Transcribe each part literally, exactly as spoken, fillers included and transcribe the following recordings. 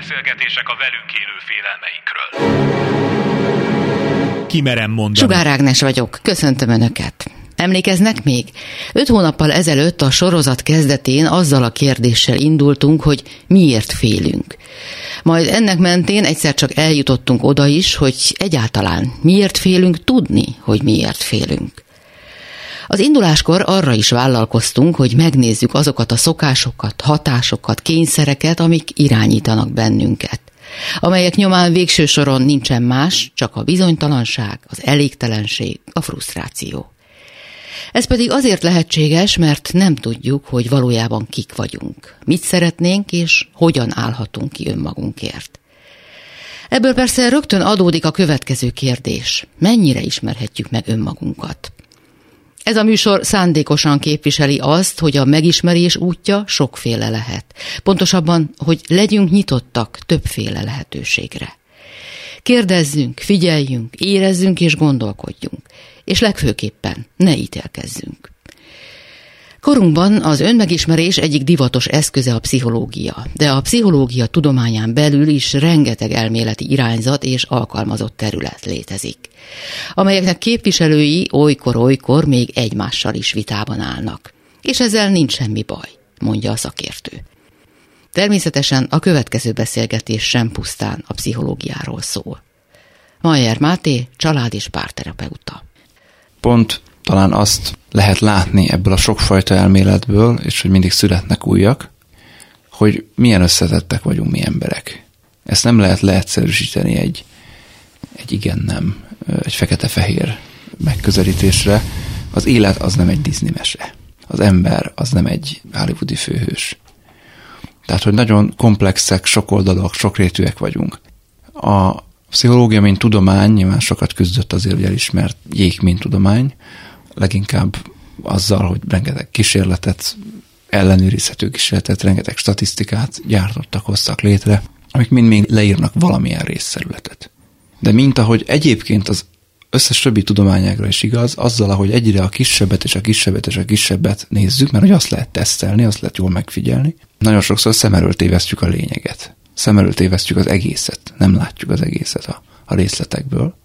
Beszélgetések a velünk élő félelmeinkről. Kimerem mondani. Sugár Ágnes vagyok, köszöntöm Önöket. Emlékeznek még? Öt hónappal ezelőtt a sorozat kezdetén azzal a kérdéssel indultunk, hogy miért félünk. Majd ennek mentén egyszer csak eljutottunk oda is, hogy egyáltalán miért félünk tudni, hogy miért félünk. Az induláskor arra is vállalkoztunk, hogy megnézzük azokat a szokásokat, hatásokat, kényszereket, amik irányítanak bennünket, amelyek nyomán végső soron nincsen más, csak a bizonytalanság, az elégtelenség, a frusztráció. Ez pedig azért lehetséges, mert nem tudjuk, hogy valójában kik vagyunk, mit szeretnénk és hogyan állhatunk ki önmagunkért. Ebből persze rögtön adódik a következő kérdés: mennyire ismerhetjük meg önmagunkat? Ez a műsor szándékosan képviseli azt, hogy a megismerés útja sokféle lehet. Pontosabban, hogy legyünk nyitottak többféle lehetőségre. Kérdezzünk, figyeljünk, érezzünk és gondolkodjunk. És legfőképpen ne ítélkezzünk. Korunkban az önmegismerés egyik divatos eszköze a pszichológia, de a pszichológia tudományán belül is rengeteg elméleti irányzat és alkalmazott terület létezik, amelyeknek képviselői olykor-olykor még egymással is vitában állnak. És ezzel nincs semmi baj, mondja a szakértő. Természetesen a következő beszélgetés sem pusztán a pszichológiáról szól. Mayer Máté, család- és párterapeuta. Pont talán azt lehet látni ebből a sokfajta elméletből, és hogy mindig születnek újak, hogy milyen összetettek vagyunk mi emberek. Ezt nem lehet leegyszerűsíteni egy, egy igen-nem, egy fekete-fehér megközelítésre. Az élet az nem egy Disney mese. Az ember az nem egy hollywoodi főhős. Tehát, hogy nagyon komplexek, sokoldalúak, sokrétűek vagyunk. A pszichológia, mint tudomány, nyilván sokat küzdött azért, hogy elismert jég, mint tudomány, leginkább azzal, hogy rengeteg kísérletet, ellenőrizhető kísérletet, rengeteg statisztikát gyártottak, hoztak létre, amik mind-mind leírnak valamilyen részterületet. De mint ahogy egyébként az összes többi tudományágra is igaz, azzal, ahogy egyre a kisebbet és a kisebbet és a kisebbet nézzük, mert hogy azt lehet tesztelni, azt lehet jól megfigyelni, nagyon sokszor szem elől tévesztjük a lényeget. Szem elől tévesztjük az egészet, nem látjuk az egészet a, a részletekből.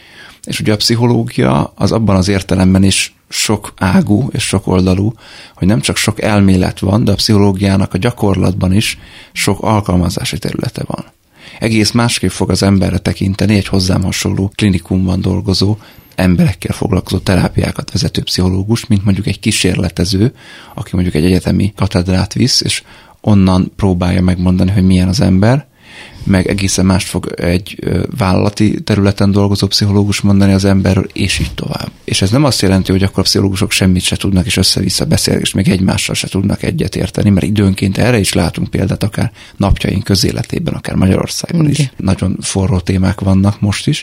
És ugye a pszichológia az abban az értelemben is sok ágú és sok oldalú, hogy nem csak sok elmélet van, de a pszichológiának a gyakorlatban is sok alkalmazási területe van. Egész másképp fog az emberre tekinteni egy hozzám hasonló klinikumban dolgozó, emberekkel foglalkozó terápiákat vezető pszichológus, mint mondjuk egy kísérletező, aki mondjuk egy egyetemi katedrát visz, és onnan próbálja megmondani, hogy milyen az ember, meg egészen mást fog egy vállalati területen dolgozó pszichológus mondani az emberről, és így tovább. És ez nem azt jelenti, hogy akkor a pszichológusok semmit se tudnak, és össze-vissza beszélni, és még egymással se tudnak egyetérteni, mert időnként erre is látunk példát, akár napjaink közéletében, akár Magyarországon is. Okay. Nagyon forró témák vannak most is,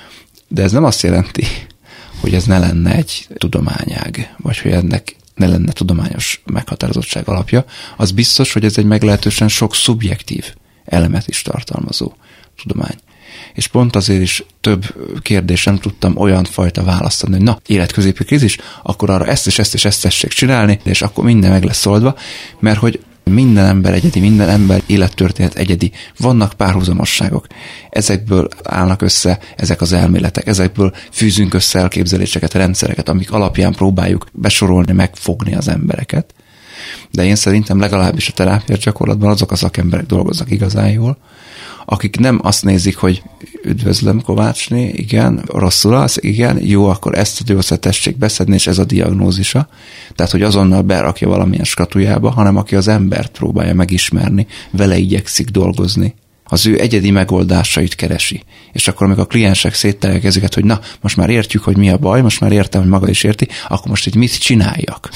de ez nem azt jelenti, hogy ez ne lenne egy tudományág, vagy hogy ennek ne lenne tudományos meghatározottság alapja. Az biztos, hogy ez egy meglehetősen sok szubjektív elemet is tartalmazó tudomány. És pont azért is több kérdésen tudtam olyan fajta választani, hogy na, életközépi krízis, akkor arra ezt és ezt és ezt tessék csinálni, és akkor minden meg lesz oldva, mert hogy minden ember egyedi, minden ember élettörténet egyedi, vannak párhuzamosságok. Ezekből állnak össze ezek az elméletek, ezekből fűzünk össze elképzeléseket, rendszereket, amik alapján próbáljuk besorolni, megfogni az embereket. De én szerintem legalábbis a terápiás gyakorlatban azok a szakemberek dolgoznak igazán jól, akik nem azt nézik, hogy üdvözlöm Kovácsné, igen, rosszul állsz, igen, jó, akkor ezt a gyógyszert tessék beszedni, és ez a diagnózisa. Tehát, hogy azonnal berakja valamilyen skatujába, hanem aki az embert próbálja megismerni, vele igyekszik dolgozni. Az ő egyedi megoldásait keresi. És akkor, amikor a kliensek széttelják ezeket, hogy na, most már értjük, hogy mi a baj, most már értem, hogy maga is érti, akkor most itt mit csináljak?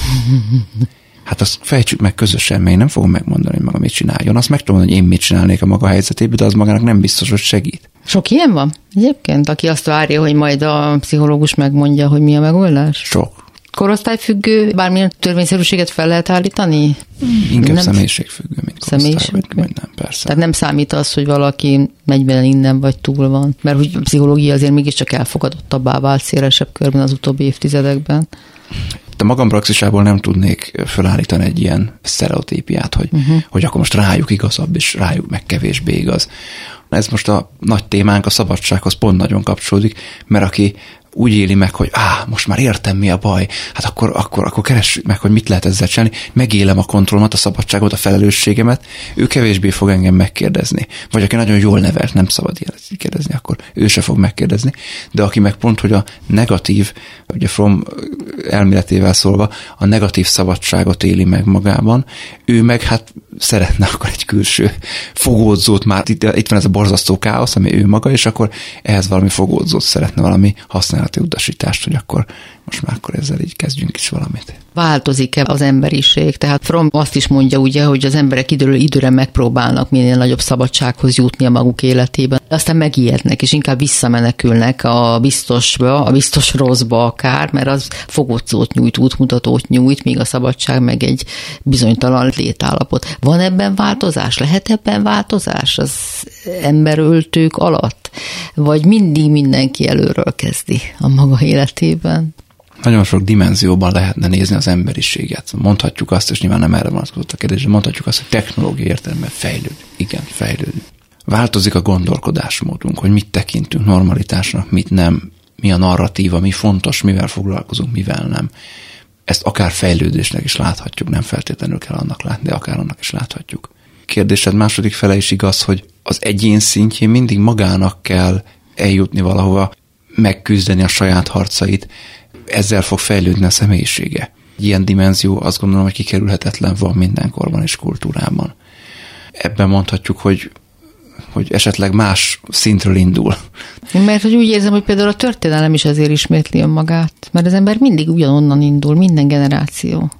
Hát azt fejtsük meg közösen, mert én nem fogom megmondani, hogy maga mit csináljon. Azt meg tudom mondani, hogy én mit csinálnék a maga helyzetében, de az magának nem biztos, hogy segít. Sok ilyen van egyébként, aki azt várja, hogy majd a pszichológus megmondja, hogy mi a megoldás? Sok. Korosztályfüggő, bármilyen törvényszerűséget fel lehet állítani? Inkább nem személyiségfüggő, mint korosztály, vagy, vagy nem, persze. Tehát nem számít az, hogy valaki negyven innen vagy túl van, mert hogy a pszichológia azért mégiscsak elfogadottabbá vált szélesebb körben az utóbbi évtizedekben. a magam praxisából nem tudnék felállítani egy ilyen sztereotípiát, hogy, uh-huh. hogy akkor most rájuk igazabb, és rájuk meg kevésbé igaz. Ez most a nagy témánk, a szabadsághoz pont nagyon kapcsolódik, mert aki úgy éli meg, hogy á, most már értem, mi a baj, hát akkor, akkor, akkor keressük meg, hogy mit lehet ezzel csinálni, megélem a kontrollomat, a szabadságot, a felelősségemet, ő kevésbé fog engem megkérdezni. Vagy aki nagyon jól nevelt, nem szabad ilyen kérdezni, akkor ő se fog megkérdezni. De aki meg pont, hogy a negatív, ugye Fromm elméletével szólva, a negatív szabadságot éli meg magában, ő meg hát szeretne akkor egy külső fogódzót, már itt, itt van ez a borzasztó káosz, ami ő maga, és akkor ehhez valami fogódzót szeretne, valami használati utasítást, hogy akkor most már akkor ezzel így kezdjünk is valamit. Változik-e az emberiség? Tehát Fromm azt is mondja ugye, hogy az emberek időről időre megpróbálnak minél nagyobb szabadsághoz jutni a maguk életében. Aztán megijednek, és inkább visszamenekülnek a biztosba, a biztos rosszba akár, mert az fogódzót nyújt, útmutatót nyújt, míg a szabadság meg egy bizonytalan létállapot. Van ebben változás? Lehet ebben változás az emberöltők alatt? Vagy mindig mindenki előről kezdi a maga életében? Nagyon sok dimenzióban lehetne nézni az emberiséget. Mondhatjuk azt, és nyilván nem erre vonatkozott a kérdés, de mondhatjuk azt, hogy technológiai értelemben fejlődik. Igen, fejlődik. Változik a gondolkodásmódunk, hogy mit tekintünk normalitásnak, mit nem, mi a narratíva, mi fontos, mivel foglalkozunk, mivel nem. Ezt akár fejlődésnek is láthatjuk, nem feltétlenül kell annak látni, de akár annak is láthatjuk. Kérdésed második fele is igaz, hogy az egyén szintjén mindig magának kell eljutni valahova, megküzdeni a saját harcait, ezzel fog fejlődni a személyisége. Ilyen dimenzió azt gondolom, hogy kikerülhetetlen van mindenkorban és kultúrában. Ebben mondhatjuk, hogy, hogy esetleg más szintről indul. Mert hogy úgy érzem, hogy például a történelem is ezért ismétli önmagát, mert az ember mindig ugyanonnan indul, minden generáció.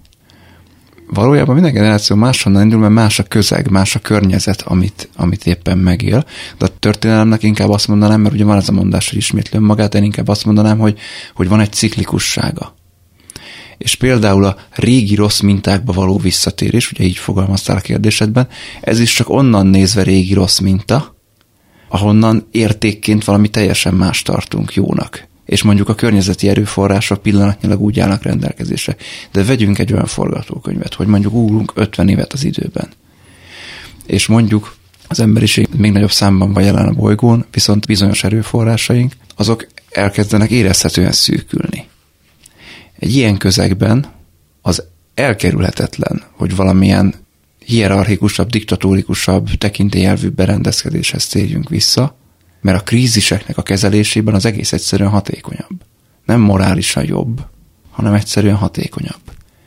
Valójában minden generáció máshonnan indul, mert más a közeg, más a környezet, amit, amit éppen megél. De a történelemnek inkább azt mondanám, mert ugye van ez a mondás, hogy ismétli önmagát, én inkább azt mondanám, hogy, hogy van egy ciklikussága. És például a régi rossz mintákba való visszatérés, ugye így fogalmaztál a kérdésedben, ez is csak onnan nézve régi rossz minta, ahonnan értékként valami teljesen más tartunk jónak. És mondjuk a környezeti erőforrások pillanatnyilag úgy állnak rendelkezésre. De vegyünk egy olyan forgatókönyvet, hogy mondjuk ugrunk ötven évet az időben. És mondjuk az emberiség még nagyobb számban van jelen a bolygón, viszont bizonyos erőforrásaink, azok elkezdenek érezhetően szűkülni. Egy ilyen közegben az elkerülhetetlen, hogy valamilyen hierarchikusabb, diktatórikusabb, tekintélyelvű berendezkedéshez térjünk vissza, mert a kríziseknek a kezelésében az egész egyszerűen hatékonyabb. Nem morálisan jobb, hanem egyszerűen hatékonyabb.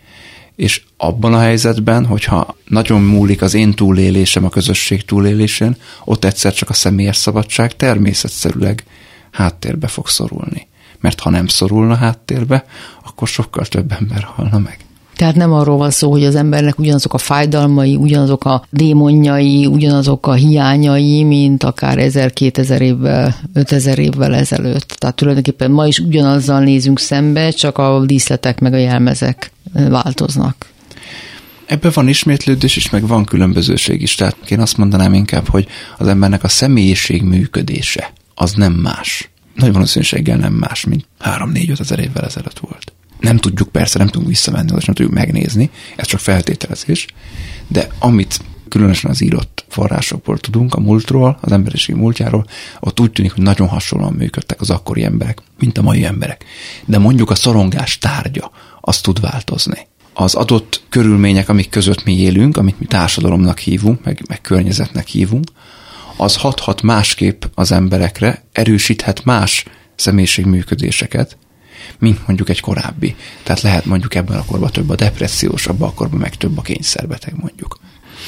És abban a helyzetben, hogyha nagyon múlik az én túlélésem a közösség túlélésén, ott egyszer csak a személyes szabadság természetszerűleg háttérbe fog szorulni. Mert ha nem szorulna háttérbe, akkor sokkal több ember halna meg. Tehát nem arról van szó, hogy az embernek ugyanazok a fájdalmai, ugyanazok a démonjai, ugyanazok a hiányai, mint akár ezer-kétezer évvel, ötezer évvel ezelőtt. Tehát tulajdonképpen ma is ugyanazzal nézünk szembe, csak a díszletek meg a jelmezek változnak. Ebben van ismétlődés is, meg van különbözőség is. Tehát én azt mondanám inkább, hogy az embernek a személyiség működése az nem más. Nagy valószínűséggel nem más, mint három-négy-öt ezer évvel ezelőtt volt. Nem tudjuk, persze nem tudunk visszamenni, és nem tudjuk megnézni, ez csak feltételezés, de amit különösen az írott forrásokból tudunk, a múltról, az emberiség múltjáról, ott úgy tűnik, hogy nagyon hasonlóan működtek az akkori emberek, mint a mai emberek. De mondjuk a szorongás tárgya, az tud változni. Az adott körülmények, amik között mi élünk, amit mi társadalomnak hívunk, meg, meg környezetnek hívunk, az hathat másképp az emberekre, erősíthet más személyiségműködéseket, mint mondjuk egy korábbi. Tehát lehet mondjuk ebben a korban több a depressziós, abban a korban meg több a kényszerbeteg mondjuk.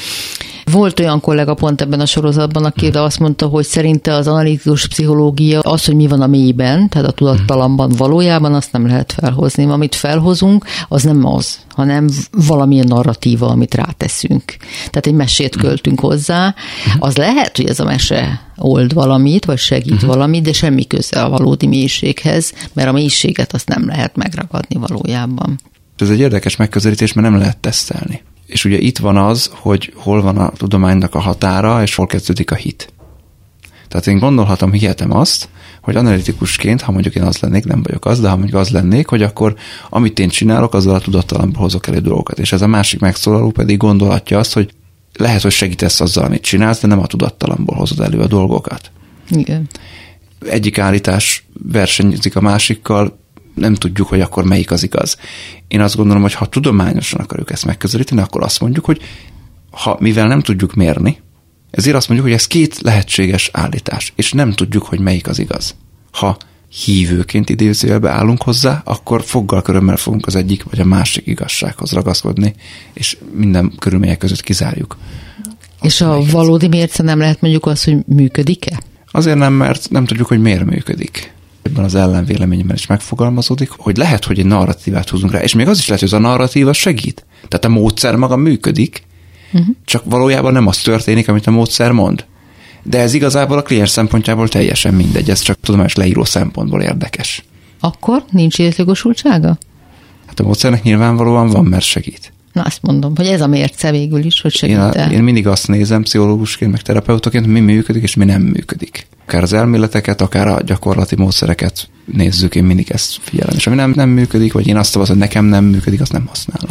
Volt olyan kollega pont ebben a sorozatban, aki hmm. azt mondta, hogy szerinte az analitikus pszichológia az, hogy mi van a mélyben, tehát a tudattalamban valójában azt nem lehet felhozni. Amit felhozunk, az nem az, hanem valamilyen narratíva, amit ráteszünk. Tehát egy mesét költünk hozzá. Az lehet, hogy ez a mese old valamit, vagy segít uh-huh. valamit, de semmi köze a valódi mélységhez, mert a mélységet azt nem lehet megragadni valójában. Ez egy érdekes megközelítés, mert nem lehet tesztelni. És ugye itt van az, hogy hol van a tudománynak a határa, és hol kezdődik a hit. Tehát én gondolhatom, hihetem azt, hogy analitikusként, ha mondjuk én az lennék, nem vagyok az, de ha mondjuk az lennék, hogy akkor amit én csinálok, azzal a tudattalamból hozok elő dolgokat. És ez a másik megszólaló pedig gondolhatja azt, hogy lehet, hogy segítesz azzal, amit csinálsz, de nem a tudattalamból hozod elő a dolgokat. Igen. Egyik állítás versenyezik a másikkal, nem tudjuk, hogy akkor melyik az igaz. Én azt gondolom, hogy ha tudományosan akarjuk ezt megközelíteni, akkor azt mondjuk, hogy ha mivel nem tudjuk mérni, ezért azt mondjuk, hogy ez két lehetséges állítás, és nem tudjuk, hogy melyik az igaz. Ha hívőként idézőjelbe állunk hozzá, akkor foggal körömmel fogunk az egyik vagy a másik igazsághoz ragaszkodni, és minden körülmények között kizárjuk. És a valódi mérce nem lehet mondjuk az, hogy működik-e? Azért nem, mert nem tudjuk, hogy miért működik. Ebben az ellenvéleményben is megfogalmazódik, hogy lehet, hogy egy narratívát húzunk rá, és még az is lehet, hogy az a narratíva segít. Tehát a módszer maga működik, uh-huh. csak valójában nem az történik, amit a módszer mond. De ez igazából a kliens szempontjából teljesen mindegy, ez csak tudományos leíró szempontból érdekes. Akkor nincs életjogosultsága? Hát a módszernek nyilvánvalóan van, mert segít. Na azt mondom, hogy ez a mérce végül is, hogy segít. Én, a, én mindig azt nézem pszichológusként, meg terapeutaként, mi működik és mi nem működik. Akár az elméleteket, akár a gyakorlati módszereket nézzük, én mindig ezt figyelem. És ami nem, nem működik, vagy én azt szavazom, hogy nekem nem működik, azt nem használom.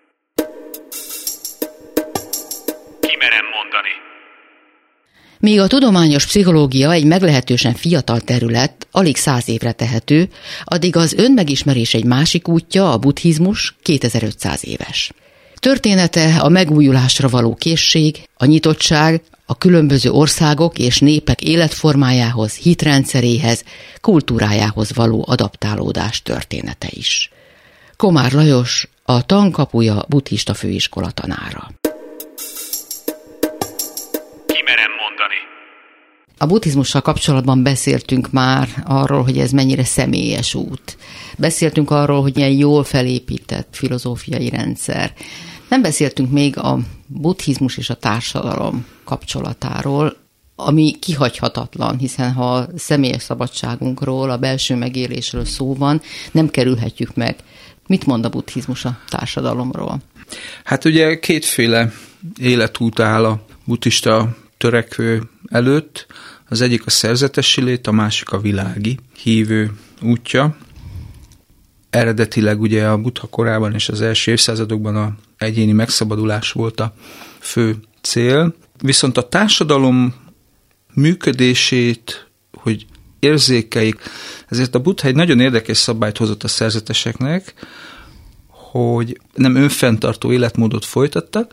Kimerem mondani. Míg a tudományos pszichológia egy meglehetősen fiatal terület, alig száz évre tehető, addig az önmegismerés egy másik útja, a buddhizmus kétezer-ötszáz éves. Története a megújulásra való készség, a nyitottság, a különböző országok és népek életformájához, hitrendszeréhez, kultúrájához való adaptálódás története is. Komár Lajos, a Tankapuja buddhista főiskola tanára. Kimerem mondani. A buddhizmussal kapcsolatban beszéltünk már arról, hogy ez mennyire személyes út. Beszéltünk arról, hogy ilyen jól felépített filozófiai rendszer. Nem beszéltünk még a buddhizmus és a társadalom kapcsolatáról, ami kihagyhatatlan, hiszen ha a személyes szabadságunkról, a belső megélésről szó van, nem kerülhetjük meg. Mit mond a buddhizmus a társadalomról? Hát ugye kétféle életút áll a buddhista törekvő előtt. Az egyik a szerzetesi lét, a másik a világi hívő útja. Eredetileg ugye a Buddha korában és az első évszázadokban a egyéni megszabadulás volt a fő cél. Viszont a társadalom működését, hogy érzékeik, ezért a Buddha egy nagyon érdekes szabályt hozott a szerzeteseknek, hogy nem önfenntartó életmódot folytattak,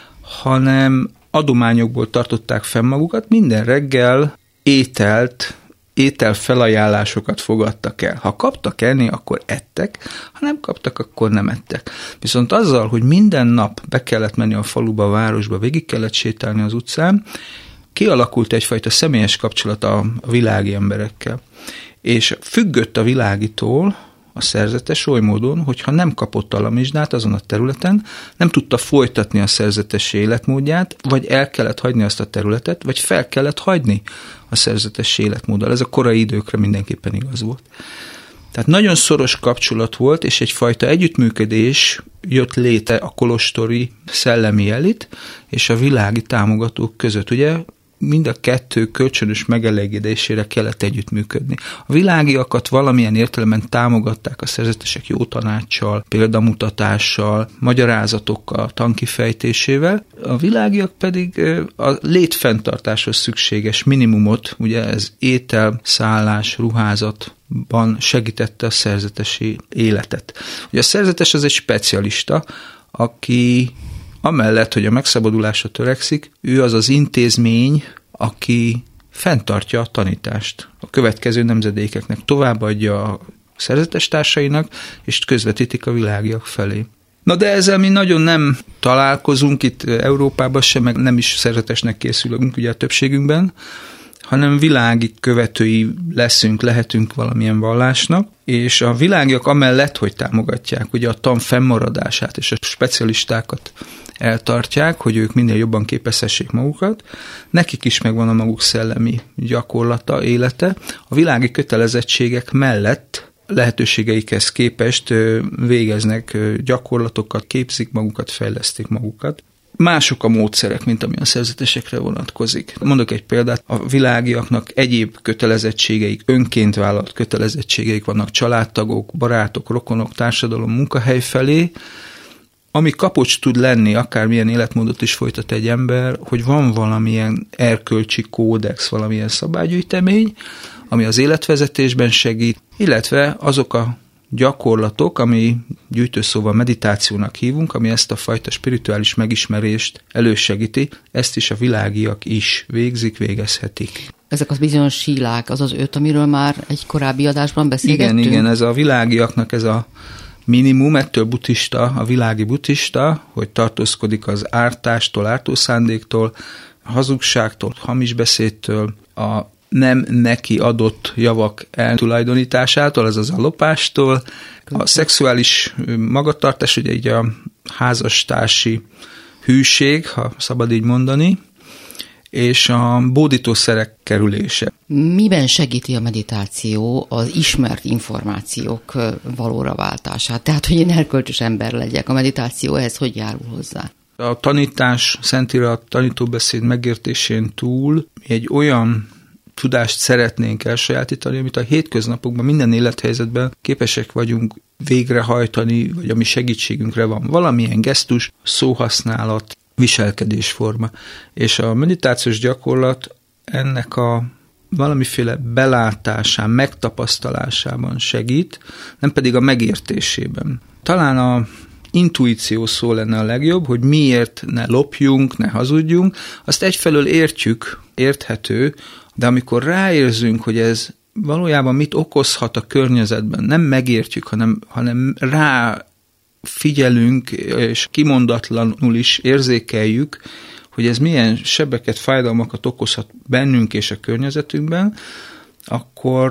hanem adományokból tartották fenn magukat, minden reggel ételt, ételfelajánlásokat fogadtak el. Ha kaptak enni, akkor ettek, ha nem kaptak, akkor nem ettek. Viszont azzal, hogy minden nap be kellett menni a faluba, a városba, végig kellett sétálni az utcán, kialakult egyfajta személyes kapcsolat a világi emberekkel. És függött a világitól a szerzetes oly módon, hogyha nem kapott alamizsnát azon a területen, nem tudta folytatni a szerzetes életmódját, vagy el kellett hagyni azt a területet, vagy fel kellett hagyni a szerzetes életmóddal. Ez a korai időkre mindenképpen igaz volt. Tehát nagyon szoros kapcsolat volt, és egyfajta együttműködés jött létre a kolostori szellemi elit és a világi támogatók között. Ugye mind a kettő kölcsönös megelégedésére kellett együttműködni. A világiakat valamilyen értelemben támogatták a szerzetesek jó tanácssal, példamutatással, magyarázatokkal, tankifejtésével, a világiak pedig a létfenntartáshoz szükséges minimumot, ugye ez étel, szállás, ruházatban segítette a szerzetesi életet. Ugye a szerzetes az egy specialista, aki amellett, hogy a megszabadulásra törekszik, ő az az intézmény, aki fenntartja a tanítást a következő nemzedékeknek, továbbadja a szerzetes társainak, és közvetítik a világiak felé. Na de ezzel mi nagyon nem találkozunk itt Európában sem, meg nem is szerzetesnek készülünk ugye a többségünkben, hanem világi követői leszünk, lehetünk valamilyen vallásnak, és a világiak amellett, hogy támogatják ugye a tan fennmaradását és a specialistákat eltartják, hogy ők minél jobban képezhessék magukat, nekik is megvan a maguk szellemi gyakorlata, élete. A világi kötelezettségek mellett lehetőségeikhez képest végeznek gyakorlatokat, képzik magukat, fejlesztik magukat. mások a módszerek, mint ami a szerzetesekre vonatkozik. Mondok egy példát, a világiaknak egyéb kötelezettségeik, önként vállalt kötelezettségeik vannak családtagok, barátok, rokonok, társadalom, munkahely felé, ami kapocs tud lenni, akármilyen életmódot is folytat egy ember, hogy van valamilyen erkölcsi kódex, valamilyen szabálygyűjtemény, ami az életvezetésben segít, illetve azok a gyakorlatok, ami gyűjtőszóval meditációnak hívunk, ami ezt a fajta spirituális megismerést elősegíti, ezt is a világiak is végzik, végezhetik. Ezek az bizonyos sílák, az az öt, amiről már egy korábbi adásban beszélgettünk? Igen, igen, ez a világiaknak ez a minimum, ettől buddhista, a világi buddhista, hogy tartózkodik az ártástól, ártószándéktól, a hazugságtól, hamis beszédtől, a nem neki adott javak eltulajdonításától, ez az a lopástól, a szexuális magatartás, ugye így a házastársi hűség, ha szabad így mondani, és a bódítószerek kerülése. Miben segíti a meditáció az ismert információk valóra váltását? Tehát, hogy én erkölcsös ember legyek, a meditáció ehhez hogy járul hozzá? A tanítás, Szentirat, tanítóbeszéd megértésén túl egy olyan tudást szeretnénk elsajátítani, amit a hétköznapokban, minden élethelyzetben képesek vagyunk végrehajtani, vagy ami segítségünkre van. Valamilyen gesztus, szóhasználat, viselkedésforma. És a meditációs gyakorlat ennek a valamiféle belátásán, megtapasztalásában segít, nem pedig a megértésében. Talán a intuíció szó lenne a legjobb, hogy miért ne lopjunk, ne hazudjunk, azt egyfelől értjük, érthető, de amikor ráérzünk, hogy ez valójában mit okozhat a környezetben, nem megértjük, hanem, hanem rá figyelünk, és kimondatlanul is érzékeljük, hogy ez milyen sebeket, fájdalmakat okozhat bennünk és a környezetünkben, akkor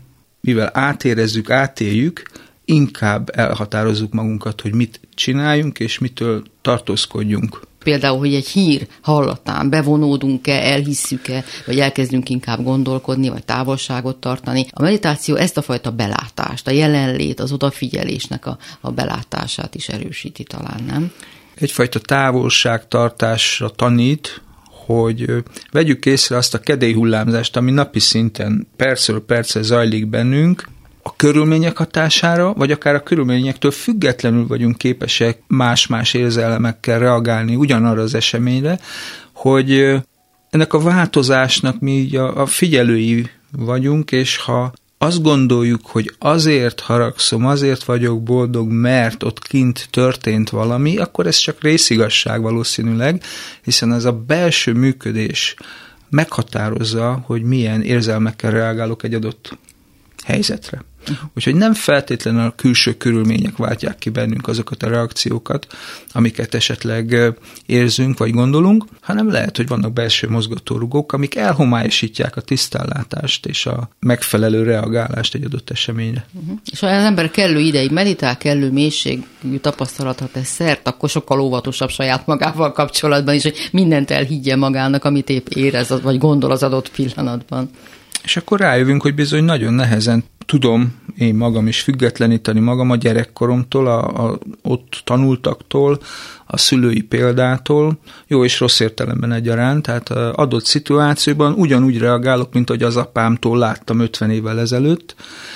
mivel átérezzük, átéljük, inkább elhatározzuk magunkat, hogy mit csináljunk, és mitől tartózkodjunk. Például, hogy egy hír hallatán bevonódunk-e, elhisszük-e, vagy elkezdünk inkább gondolkodni, vagy távolságot tartani. A meditáció ezt a fajta belátást, a jelenlét, az odafigyelésnek a, a belátását is erősíti talán, nem? Egyfajta távolságtartásra tanít, hogy vegyük észre azt a kedélyhullámzást, ami napi szinten percről percre zajlik bennünk, a körülmények hatására, vagy akár a körülményektől függetlenül vagyunk képesek más-más érzelmekkel reagálni ugyanarra az eseményre, hogy ennek a változásnak mi így a, a figyelői vagyunk, és ha azt gondoljuk, hogy azért haragszom, azért vagyok boldog, mert ott kint történt valami, akkor ez csak részigazság valószínűleg, hiszen ez a belső működés meghatározza, hogy milyen érzelmekkel reagálok egy adott helyzetre. Úgyhogy nem feltétlenül a külső körülmények váltják ki bennünk azokat a reakciókat, amiket esetleg érzünk vagy gondolunk, hanem lehet, hogy vannak belső mozgatórugók, amik elhomályosítják a tisztánlátást és a megfelelő reagálást egy adott eseményre. Uh-huh. És ha az ember kellő ideig meditál, kellő mélységű tapasztalathat tesz szert, akkor sokkal óvatosabb saját magával kapcsolatban is, hogy mindent elhiggye magának, amit épp érez vagy gondol az adott pillanatban. És akkor rájövünk, hogy bizony nagyon nehezen tudom én magam is függetleníteni magam a gyerekkoromtól, a, a ott tanultaktól, a szülői példától, jó és rossz értelemben egyaránt, tehát adott szituációban ugyanúgy reagálok, mint ahogy az apámtól láttam ötven évvel ezelőtt,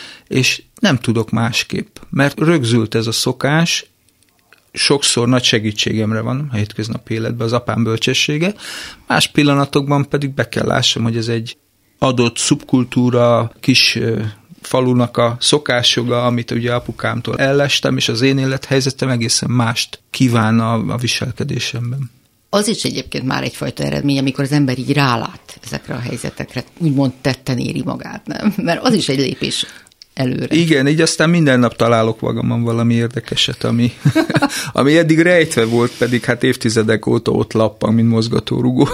és nem tudok másképp, mert rögzült ez a szokás, sokszor nagy segítségemre van a hétköznapi életben az apám bölcsessége, más pillanatokban pedig be kell lássam, hogy ez egy adott szubkultúra, kis falunak a szokásjoga, amit ugye apukámtól ellestem, és az én élethelyzetem egészen mást kíván a, a viselkedésemben. Az is egyébként már egyfajta eredmény, amikor az ember így rálát ezekre a helyzetekre, úgymond tetten éri magát, nem? Mert az is egy lépés előre. Igen, így aztán minden nap találok magamon valami érdekeset, ami, ami eddig rejtve volt, pedig hát évtizedek óta ott lappan, mint mozgatórugó.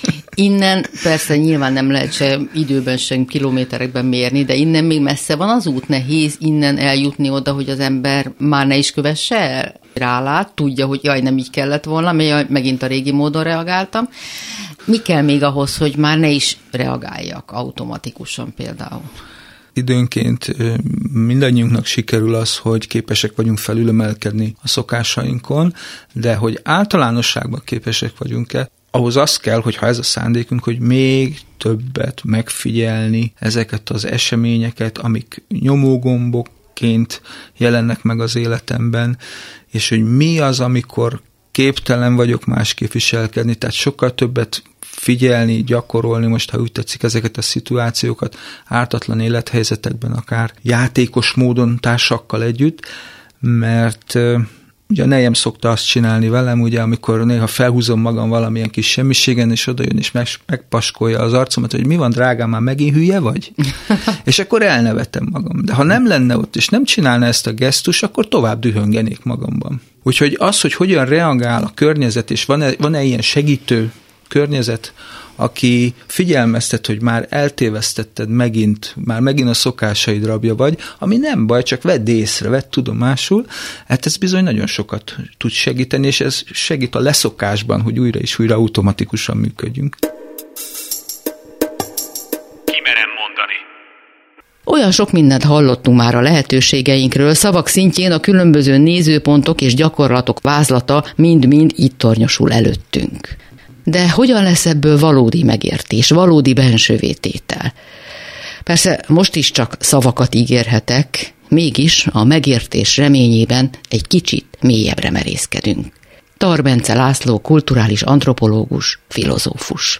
Innen persze nyilván nem lehet se időben, sem kilométerekben mérni, de innen még messze van az út, nehéz innen eljutni oda, hogy az ember már ne is kövesse el. Rálát, tudja, hogy jaj, nem így kellett volna, mert megint a régi módon reagáltam. Mi kell még ahhoz, hogy már ne is reagáljak automatikusan például? időnként mindannyiunknak sikerül az, hogy képesek vagyunk felülemelkedni a szokásainkon, de hogy általánosságban képesek vagyunk-e, ahhoz az kell, hogy ha ez a szándékunk, hogy még többet megfigyelni ezeket az eseményeket, amik nyomógombokként jelennek meg az életemben, és hogy mi az, amikor képtelen vagyok másképp viselkedni, tehát sokkal többet figyelni, gyakorolni, most ha úgy tetszik, ezeket a szituációkat ártatlan élethelyzetekben, akár játékos módon társakkal együtt, mert ugye a nejem szokta azt csinálni velem, ugye, amikor néha felhúzom magam valamilyen kis semmiségen, és odajön, és meg, megpaskolja az arcomat, hogy mi van, drágám, már megint hülye vagy? És akkor elnevetem magam. De ha nem lenne ott, és nem csinálna ezt a gesztus, akkor tovább dühöngenék magamban. Úgyhogy az, hogy hogyan reagál a környezet, és van-e, van-e ilyen segítő környezet, aki figyelmeztet, hogy már eltévesztetted megint, már megint a szokásaid rabja vagy, ami nem baj, csak vedd észre, vedd tudomásul, hát ez bizony nagyon sokat tud segíteni, és ez segít a leszokásban, hogy újra és újra automatikusan működjünk. Kimerem mondani. Olyan sok mindent hallottunk már a lehetőségeinkről, szavak szintjén a különböző nézőpontok és gyakorlatok vázlata mind-mind itt tornyosul előttünk. De hogyan lesz ebből valódi megértés, valódi bensővététel? Persze most is csak szavakat ígérhetek, mégis a megértés reményében egy kicsit mélyebbre merészkedünk. Tar Bence László, kulturális antropológus, filozófus.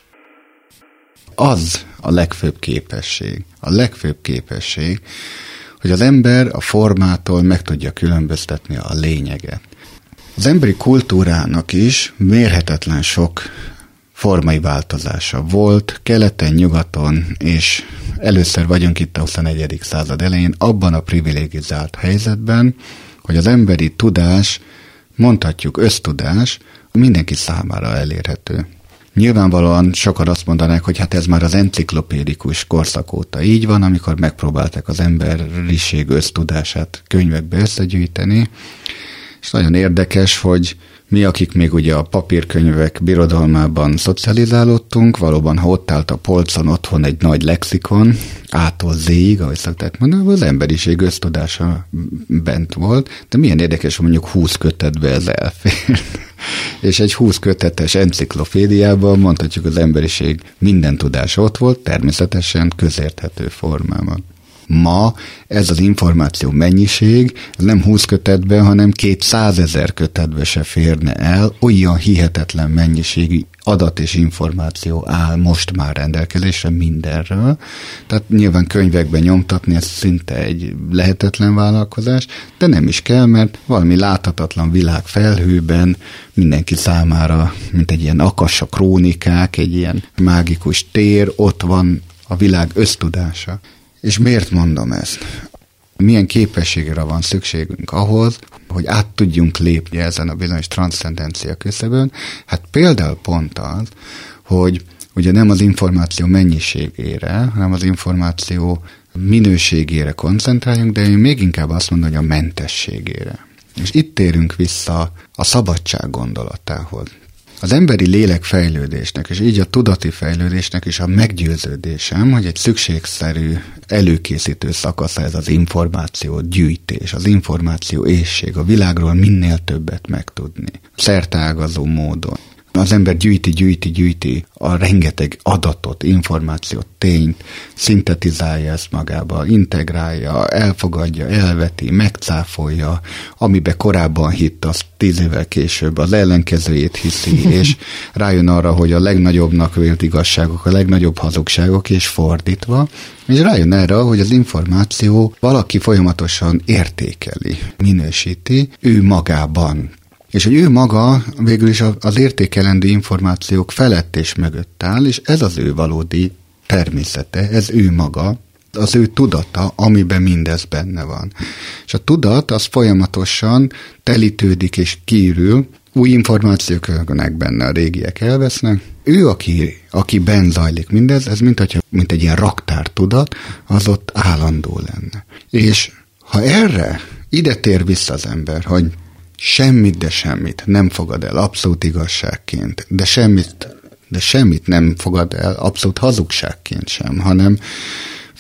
Az a legfőbb képesség, a legfőbb képesség, hogy az ember a formától meg tudja különböztetni a lényeget. Az emberi kultúrának is mérhetetlen sok formai változása volt, keleten, nyugaton, és először vagyunk itt a huszonegyedik század elején abban a privilegizált helyzetben, hogy az emberi tudás, mondhatjuk össztudás, mindenki számára elérhető. Nyilvánvalóan sokan azt mondanák, hogy hát ez már az enciklopédikus korszak óta így van, amikor megpróbálták az emberiség össztudását könyvekbe összegyűjteni, és nagyon érdekes, hogy mi, akik még ugye a papírkönyvek birodalmában szocializálódtunk, valóban, ha ott állt a polcon otthon egy nagy lexikon, A-tól Z-ig, ahogy szokták mondani, az emberiség össztudása bent volt, de milyen érdekes, hogy mondjuk húsz kötetbe ez elfér. És egy húsz kötetes enciklopédiában mondhatjuk, az emberiség minden tudása ott volt, természetesen közérthető formában. Ma ez az információ mennyiség nem húsz kötetben, hanem kétszázezer kötetbe se férne el, olyan hihetetlen mennyiségű adat és információ áll most már rendelkezésre mindenről. Tehát nyilván könyvekben nyomtatni, ez szinte egy lehetetlen vállalkozás, de nem is kell, mert valami láthatatlan világ felhőben mindenki számára, mint egy ilyen akassa krónikák, egy ilyen mágikus tér, ott van a világ össztudása. És miért mondom ezt? Milyen képességre van szükségünk ahhoz, hogy át tudjunk lépni ezen a bizonyos transzcendencia küszöbön? Hát például pont az, hogy ugye nem az információ mennyiségére, hanem az információ minőségére koncentráljunk, de én még inkább azt mondom, hogy a mentességére. És itt térünk vissza a szabadság gondolatához. Az emberi lélekfejlődésnek, és így a tudati fejlődésnek is a meggyőződésem, hogy egy szükségszerű előkészítő szakasza ez az információ gyűjtés, az információ éhség, a világról minél többet megtudni, szerteágazó módon. Az ember gyűjti, gyűjti, gyűjti a rengeteg adatot, információt, tényt, szintetizálja ezt magába, integrálja, elfogadja, elveti, megcáfolja, amiben korábban hitt, azt tíz évvel később az ellenkezőjét hiszi, és rájön arra, hogy a legnagyobbnak vélt igazságok, a legnagyobb hazugságok, és fordítva, és rájön erre, hogy az információ valaki folyamatosan értékeli, minősíti, ő magában. És hogy ő maga végül is az értékelendő információk felett és mögött áll, és ez az ő valódi természete, ez ő maga, az ő tudata, amiben mindez benne van. És a tudat az folyamatosan telítődik és kiürül, új információk jönnek benne, a régiek elvesznek. Ő, aki, aki benn zajlik mindez, ez mint, hogyha, mint egy ilyen raktártudat, az ott állandó lenne. És ha erre ide tér vissza az ember, hogy semmit, de semmit nem fogad el abszolút igazságként, de semmit, de semmit nem fogad el abszolút hazugságként sem, hanem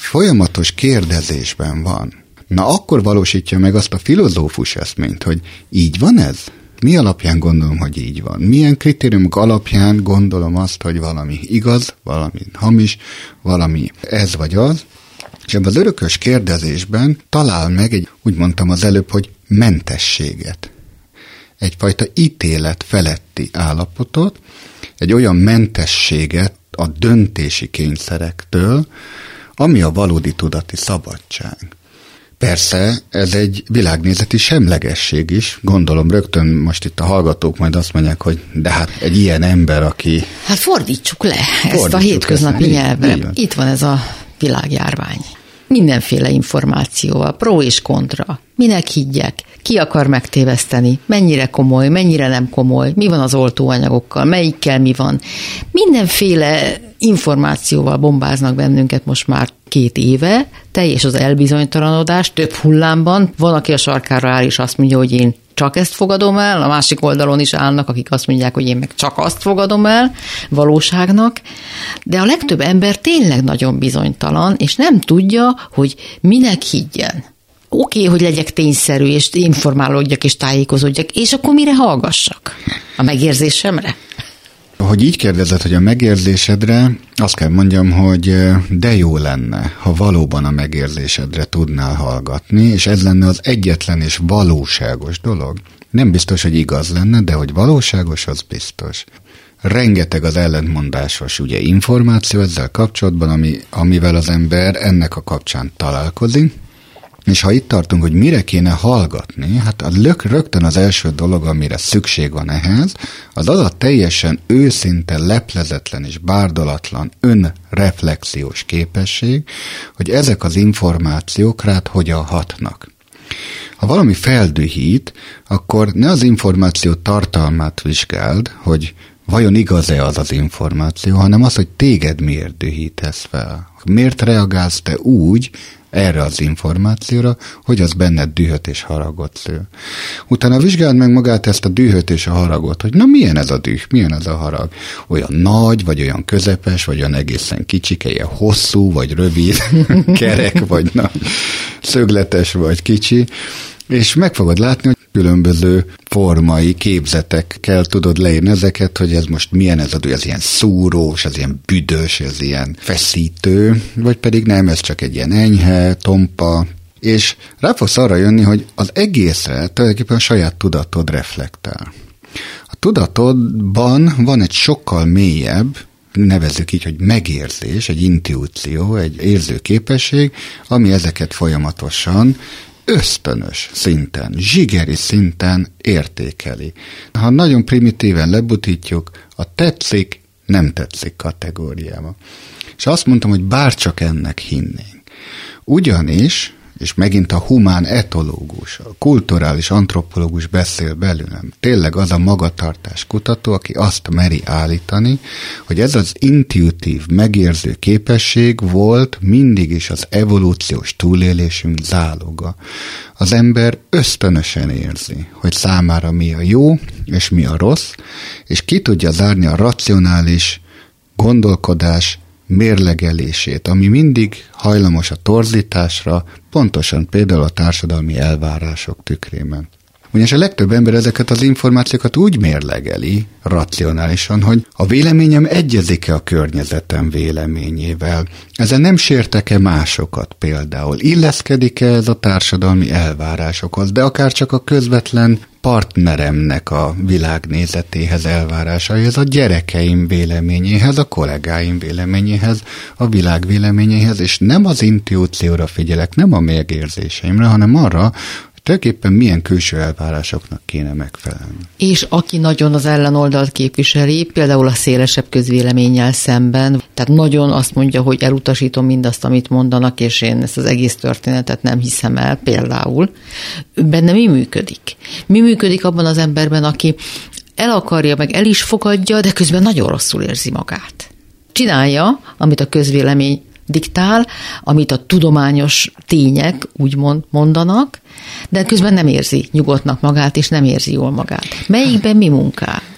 folyamatos kérdezésben van, na akkor valósítja meg azt a filozófus eszményt, hogy így van ez? Mi alapján gondolom, hogy így van? Milyen kritériumok alapján gondolom azt, hogy valami igaz, valami hamis, valami ez vagy az? És ebben az örökös kérdezésben talál meg egy, úgy mondtam az előbb, hogy mentességet. Egyfajta ítélet feletti állapotot, egy olyan mentességet a döntési kényszerektől, ami a valódi tudati szabadság. Persze, ez egy világnézeti semlegesség is. Gondolom rögtön most itt a hallgatók majd azt mondják, hogy de hát egy ilyen ember, aki... Hát fordítsuk le fordítsuk ezt a hétköznapi ezt, nyelvre. így, Itt van ez a világjárvány. Mindenféle információval, pro és kontra. Minek higgyek? Ki akar megtéveszteni? Mennyire komoly, mennyire nem komoly? Mi van az oltóanyagokkal? Melyikkel mi van? Mindenféle információval bombáznak bennünket most már két éve, teljes az elbizonytalanodás, több hullámban. Van, aki a sarkára áll, és azt mondja, hogy én csak ezt fogadom el, a másik oldalon is állnak, akik azt mondják, hogy én meg csak azt fogadom el valóságnak, de a legtöbb ember tényleg nagyon bizonytalan, és nem tudja, hogy minek higgyen. Oké, okay, hogy legyek tényszerű, és informálódjak, és tájékozódjak, és akkor mire hallgassak? A megérzésemre? Hogy így kérdezed, hogy a megérzésedre, azt kell mondjam, hogy de jó lenne, ha valóban a megérzésedre tudnál hallgatni, és ez lenne az egyetlen és valóságos dolog. Nem biztos, hogy igaz lenne, de hogy valóságos, az biztos. Rengeteg az ellentmondásos ugye, információ ezzel kapcsolatban, ami, amivel az ember ennek a kapcsán találkozik, és ha itt tartunk, hogy mire kéne hallgatni, hát a lök, rögtön az első dolog, amire szükség van ehhez, az az a teljesen őszinte, leplezetlen és bárdolatlan önreflexiós képesség, hogy ezek az információk rád hogyan hatnak. Ha valami feldühít, akkor ne az információ tartalmát vizsgáld, hogy vajon igaz-e az az információ, hanem az, hogy téged miért dühítesz fel. Miért reagálsz te úgy erre az információra, hogy az benned dühöt és haragot szül. Utána vizsgáld meg magát ezt a dühöt és a haragot, hogy na milyen ez a düh, milyen ez a harag. Olyan nagy, vagy olyan közepes, vagy olyan egészen kicsike, ilyen hosszú, vagy rövid, kerek, vagy nagy, szögletes, vagy kicsi. És meg fogod látni, hogy különböző formai képzetekkel tudod leírni ezeket, hogy ez most milyen ez a düh, ez ilyen szúrós, ez ilyen büdös, ez ilyen feszítő, vagy pedig nem, ez csak egy ilyen enyhe, tompa, és rá fogsz arra jönni, hogy az egészre tulajdonképpen a saját tudatod reflektál. A tudatodban van egy sokkal mélyebb, nevezzük így, hogy megérzés, egy intuíció, egy érzőképesség, ami ezeket folyamatosan ösztönös szinten, zsigeri szinten értékeli. Ha nagyon primitíven lebutítjuk, a tetszik, nem tetszik kategóriába. És azt mondtam, hogy bárcsak ennek hinnénk. Ugyanis, és megint a humán etológus, a kulturális antropológus beszél belőlem, tényleg az a magatartás kutató, aki azt meri állítani, hogy ez az intuitív megérző képesség volt mindig is az evolúciós túlélésünk záloga. Az ember ösztönösen érzi, hogy számára mi a jó és mi a rossz, és ki tudja zárni a racionális gondolkodás mérlegelését, ami mindig hajlamos a torzításra, pontosan például a társadalmi elvárások tükrében. Ugyanis a legtöbb ember ezeket az információkat úgy mérlegeli, racionálisan, hogy a véleményem egyezik-e a környezetem véleményével, ezen nem sértek-e másokat például, illeszkedik-e ez a társadalmi elvárásokhoz, de akár csak a közvetlen partneremnek a világnézetéhez, elvárásaihoz, a gyerekeim véleményéhez, a kollégáim véleményéhez, a világ véleményéhez, és nem az intuícióra figyelek, nem a megérzéseimre, hanem arra, tulajdonképpen milyen külső elvárásoknak kéne megfelelni. És aki nagyon az ellenoldalt képviseli, például a szélesebb közvéleménnyel szemben, tehát nagyon azt mondja, hogy elutasítom mindazt, amit mondanak, és én ezt az egész történetet nem hiszem el, például, benne mi működik? Mi működik abban az emberben, aki el akarja, meg el is fogadja, de közben nagyon rosszul érzi magát. Csinálja, amit a közvélemény diktál, amit a tudományos tények úgymond mondanak, de közben nem érzi nyugodtnak magát, és nem érzi jól magát. Melyikben mi munkál?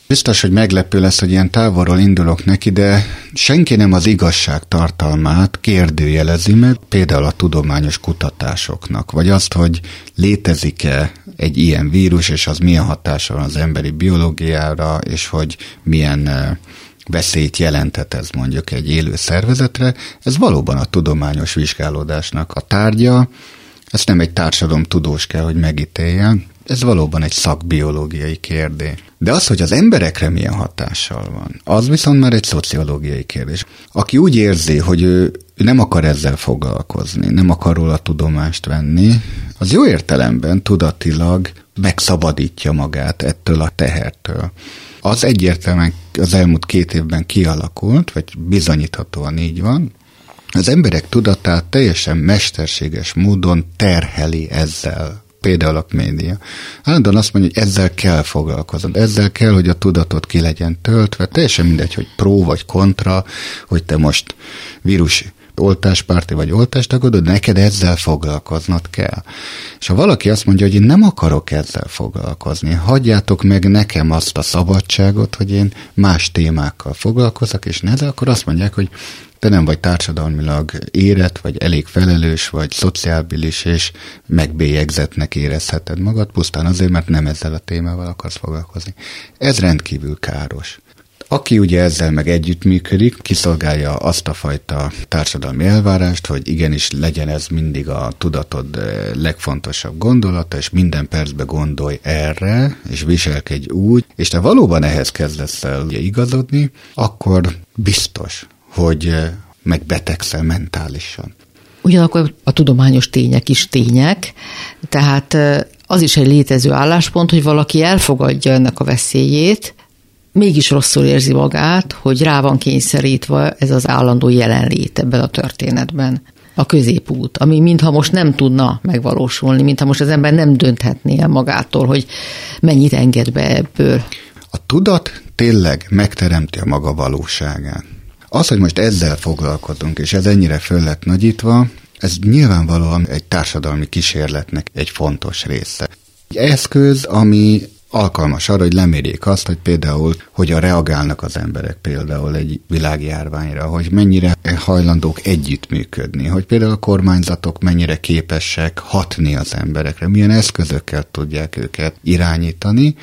Biztos, hogy meglepő lesz, hogy ilyen távolról indulok neki, de senki nem az igazság tartalmát kérdőjelezi meg, például a tudományos kutatásoknak, vagy azt, hogy létezik-e egy ilyen vírus, és az milyen hatással van az emberi biológiára, és hogy milyen veszélyt jelenthet ez mondjuk egy élő szervezetre. Ez valóban a tudományos vizsgálódásnak a tárgya, ezt nem egy társadalomtudós kell, hogy megítéljen, ez valóban egy szakbiológiai kérdés. De az, hogy az emberekre milyen hatással van, az viszont már egy szociológiai kérdés. Aki úgy érzi, hogy ő nem akar ezzel foglalkozni, nem akar róla tudomást venni, az jó értelemben tudatilag megszabadítja magát ettől a tehertől. Az egyértelműen az elmúlt két évben kialakult, vagy bizonyíthatóan így van, az emberek tudatát teljesen mesterséges módon terheli ezzel. Például a média. Állandóan azt mondja, hogy ezzel kell foglalkozni, ezzel kell, hogy a tudatot ki legyen töltve, teljesen mindegy, hogy pró vagy kontra, hogy te most vírus oltáspárti vagy oltástagadó, de neked ezzel foglalkoznod kell. És ha valaki azt mondja, hogy én nem akarok ezzel foglalkozni, hagyjátok meg nekem azt a szabadságot, hogy én más témákkal foglalkozok, és ne ezzel, akkor azt mondják, hogy te nem vagy társadalmilag érett, vagy elég felelős, vagy szociábilis, és megbélyegzettnek érezheted magad, pusztán azért, mert nem ezzel a témával akarsz foglalkozni. Ez rendkívül káros. Aki ugye ezzel meg együttműködik, kiszolgálja azt a fajta társadalmi elvárást, hogy igenis legyen ez mindig a tudatod legfontosabb gondolata, és minden percben gondolj erre, és viselkedj úgy, és te valóban ehhez kezdesz el igazodni, akkor biztos, hogy megbetegszel mentálisan. Ugyanakkor a tudományos tények is tények, tehát az is egy létező álláspont, hogy valaki elfogadja ennek a veszélyét, mégis rosszul érzi magát, hogy rá van kényszerítve ez az állandó jelenlét ebben a történetben. A középút, ami mintha most nem tudna megvalósulni, mintha most az ember nem dönthetné el magától, hogy mennyit enged be ebből. A tudat tényleg megteremti a maga valóságát. Az, hogy most ezzel foglalkozunk, és ez ennyire föl lett nagyítva, ez nyilvánvalóan egy társadalmi kísérletnek egy fontos része. Egy eszköz, ami alkalmas arra, hogy lemérjék azt, hogy például hogyan reagálnak az emberek például egy világjárványra, hogy mennyire hajlandók együttműködni, hogy például a kormányzatok mennyire képesek hatni az emberekre, milyen eszközökkel tudják őket irányítani,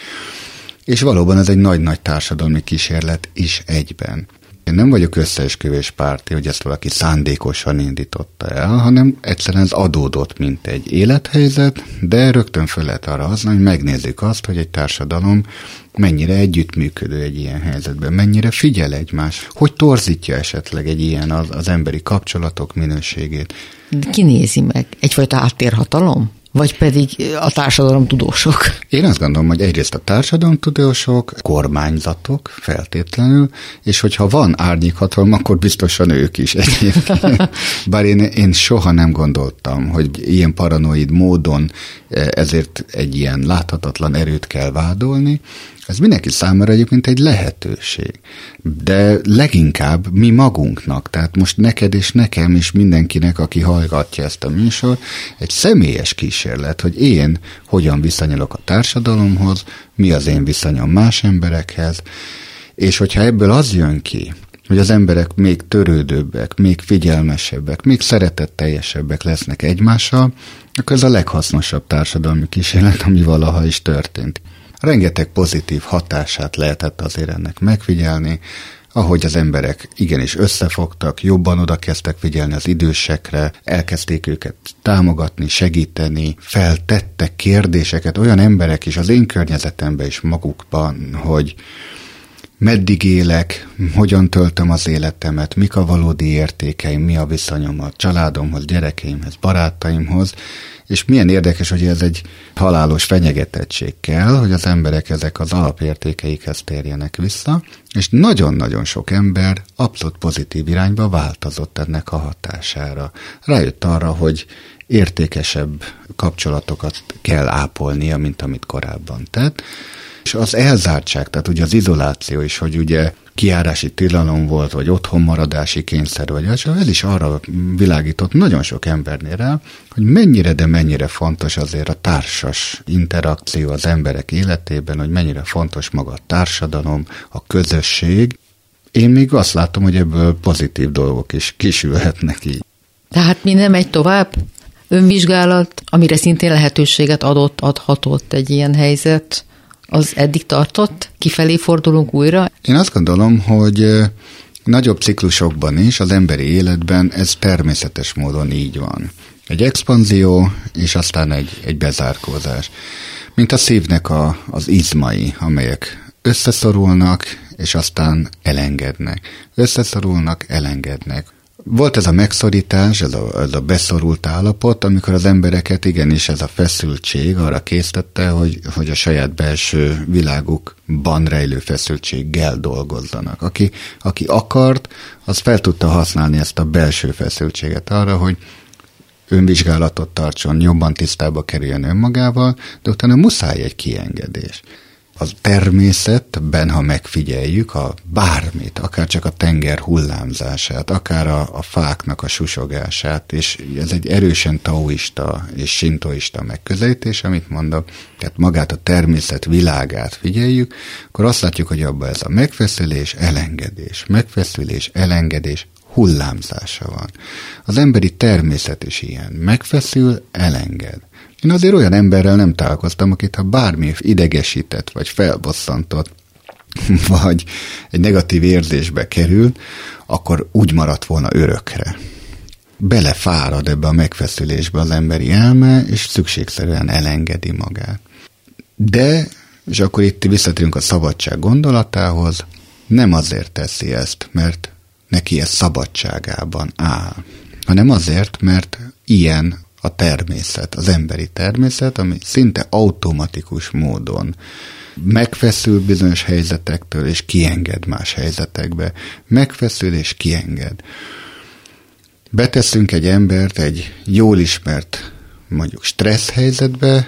és valóban ez egy nagy-nagy társadalmi kísérlet is egyben. Én nem vagyok összeesküvés párti, hogy ezt valaki szándékosan indította el, hanem egyszerűen ez adódott, mint egy élethelyzet, de rögtön föl lehet arra használni, hogy megnézzük azt, hogy egy társadalom mennyire együttműködő egy ilyen helyzetben, mennyire figyel egymás, hogy torzítja esetleg egy ilyen az, az emberi kapcsolatok minőségét. Ki nézi meg? Egyfajta áttérhatalom? Vagy pedig a társadalomtudósok? Én azt gondolom, hogy egyrészt a társadalomtudósok, kormányzatok feltétlenül, és hogyha van árnyékhatalom, akkor biztosan ők is egyébként. Bár én, én soha nem gondoltam, hogy ilyen paranoid módon ezért egy ilyen láthatatlan erőt kell vádolni. Ez mindenki számára egyébként egy lehetőség. De leginkább mi magunknak, tehát most neked és nekem és mindenkinek, aki hallgatja ezt a műsor, egy személyes kísérlet, hogy én hogyan viszonyulok a társadalomhoz, mi az én viszonyom más emberekhez, és hogyha ebből az jön ki, hogy az emberek még törődőbbek, még figyelmesebbek, még szeretetteljesebbek lesznek egymással, akkor ez a leghasznosabb társadalmi kísérlet, ami valaha is történt. Rengeteg pozitív hatását lehetett azért ennek megfigyelni, ahogy az emberek igenis összefogtak, jobban oda kezdtek figyelni az idősekre, elkezdték őket támogatni, segíteni, feltettek kérdéseket, olyan emberek is az én környezetemben is magukban, hogy meddig élek, hogyan töltöm az életemet, mik a valódi értékeim, mi a viszonyom a családomhoz, gyerekeimhez, barátaimhoz, és milyen érdekes, hogy ez egy halálos fenyegetettség kell, hogy az emberek ezek az alapértékeikhez térjenek vissza, és nagyon-nagyon sok ember abszolút pozitív irányba változott ennek a hatására. Rájött arra, hogy értékesebb kapcsolatokat kell ápolnia, mint amit korábban tett. És az elzártság, tehát ugye az izoláció is, hogy ugye kijárási tilalom volt, vagy otthonmaradási kényszer, vagy az, ez is arra világított nagyon sok embernél rá, hogy mennyire, de mennyire fontos azért a társas interakció az emberek életében, hogy mennyire fontos maga a társadalom, a közösség. Én még azt látom, hogy ebből pozitív dolgok is kisülhetnek így. Tehát mi nem megy tovább? Önvizsgálat, amire szintén lehetőséget adott, adhatott egy ilyen helyzet, az eddig tartott? Kifelé fordulunk újra? Én azt gondolom, hogy nagyobb ciklusokban is, az emberi életben ez természetes módon így van. Egy expanzió, és aztán egy, egy bezárkózás. Mint a szívnek a, az izmai, amelyek összeszorulnak, és aztán elengednek. Összeszorulnak, elengednek. Volt ez a megszorítás, ez a, ez a beszorult állapot, amikor az embereket igenis ez a feszültség arra késztette, hogy, hogy a saját belső világukban rejlő feszültséggel dolgozzanak. Aki, aki akart, az fel tudta használni ezt a belső feszültséget arra, hogy önvizsgálatot tartson, jobban tisztába kerüljön önmagával, de utána muszáj egy kiengedés. Az természetben, ha megfigyeljük, ha bármit, akár csak a tenger hullámzását, akár a, a fáknak a susogását, és ez egy erősen taoista és sintoista megközelítés, amit mondok, tehát magát a természet világát figyeljük, akkor azt látjuk, hogy abban ez a megfeszülés, elengedés, megfeszülés, elengedés, hullámzása van. Az emberi természet is ilyen. Megfeszül, elenged. Én azért olyan emberrel nem találkoztam, akit ha bármi idegesített, vagy felbosszantott, vagy egy negatív érzésbe került, akkor úgy maradt volna örökre. Belefárad ebbe a megfeszülésbe az emberi elme, és szükségszerűen elengedi magát. De, és akkor itt visszatérünk a szabadság gondolatához, nem azért teszi ezt, mert neki ez szabadságában áll, hanem azért, mert ilyen a természet, az emberi természet, ami szinte automatikus módon megfeszül bizonyos helyzetektől, és kienged más helyzetekbe. Megfeszül és kienged. Beteszünk egy embert egy jól ismert, mondjuk stressz helyzetbe,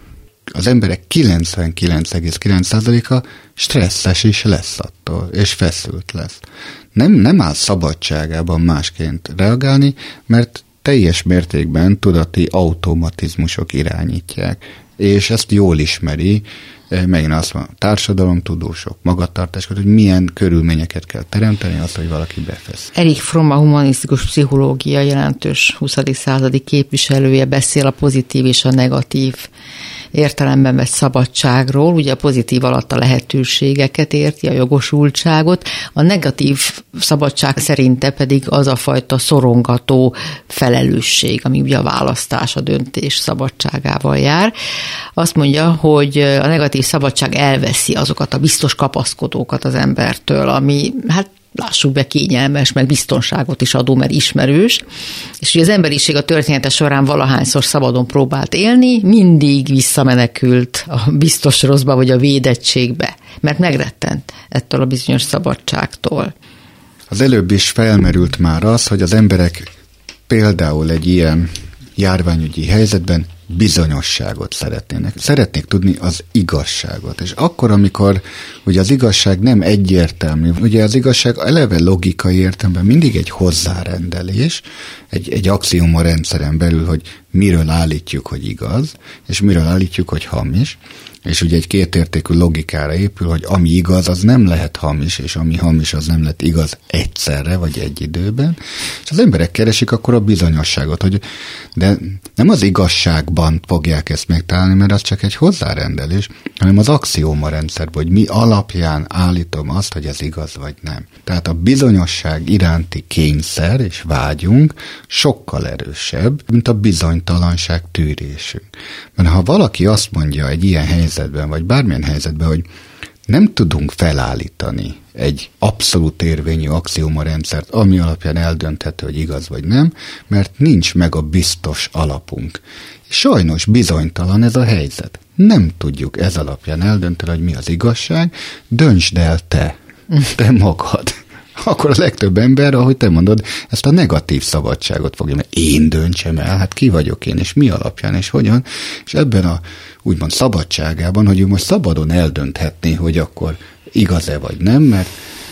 az emberek kilencvenkilenc egész kilenc százaléka stresszes is lesz attól, és feszült lesz. Nem, nem áll szabadságában másként reagálni, mert teljes mértékben tudati automatizmusok irányítják, és ezt jól ismeri, megint azt van, társadalomtudósok, magatartások, hogy milyen körülményeket kell teremteni az, hogy valaki befesz. Erich Fromm, a humanisztikus pszichológia jelentős huszadik századi képviselője beszél a pozitív és a negatív értelemben vett szabadságról, ugye a pozitív alatt a lehetőségeket érti, a jogosultságot, a negatív szabadság szerinte pedig az a fajta szorongató felelősség, ami ugye a választás, a döntés szabadságával jár. Azt mondja, hogy a negatív szabadság elveszi azokat a biztos kapaszkodókat az embertől, ami hát lássuk be, kényelmes, meg biztonságot is adó, mert ismerős. És ugye az emberiség a története során valahányszor szabadon próbált élni, mindig visszamenekült a biztos rosszba, vagy a védettségbe, mert megrettent ettől a bizonyos szabadságtól. Az előbb is felmerült már az, hogy az emberek például egy ilyen járványügyi helyzetben bizonyosságot szeretnének. Szeretnék tudni az igazságot. És akkor, amikor ugye az igazság nem egyértelmű, ugye az igazság eleve logikai értelemben mindig egy hozzárendelés, egy, egy axioma rendszeren belül, hogy miről állítjuk, hogy igaz, és miről állítjuk, hogy hamis. És ugye egy kétértékű logikára épül, hogy ami igaz, az nem lehet hamis, és ami hamis, az nem lehet igaz egyszerre, vagy egy időben. És az emberek keresik akkor a bizonyosságot, hogy de nem az igazságban fogják ezt megtalálni, mert az csak egy hozzárendelés, hanem az axióma rendszerben, hogy mi alapján állítom azt, hogy ez igaz, vagy nem. Tehát a bizonyosság iránti kényszer és vágyunk sokkal erősebb, mint a bizonytalanság tűrésünk. Mert ha valaki azt mondja egy ilyen helyzetben, vagy bármilyen helyzetben, hogy nem tudunk felállítani egy abszolút érvényű axióma rendszert, ami alapján eldönthető, hogy igaz vagy nem, mert nincs meg a biztos alapunk. Sajnos bizonytalan ez a helyzet. Nem tudjuk ez alapján eldönteni, hogy mi az igazság, döntsd el te, te magad. Akkor a legtöbb ember, ahogy te mondod, ezt a negatív szabadságot fogja, mert én döntsem el, hát ki vagyok én, és mi alapján, és hogyan, és ebben a úgymond szabadságában, hogy ő most szabadon eldönthetné, hogy akkor igaz-e vagy nem, mert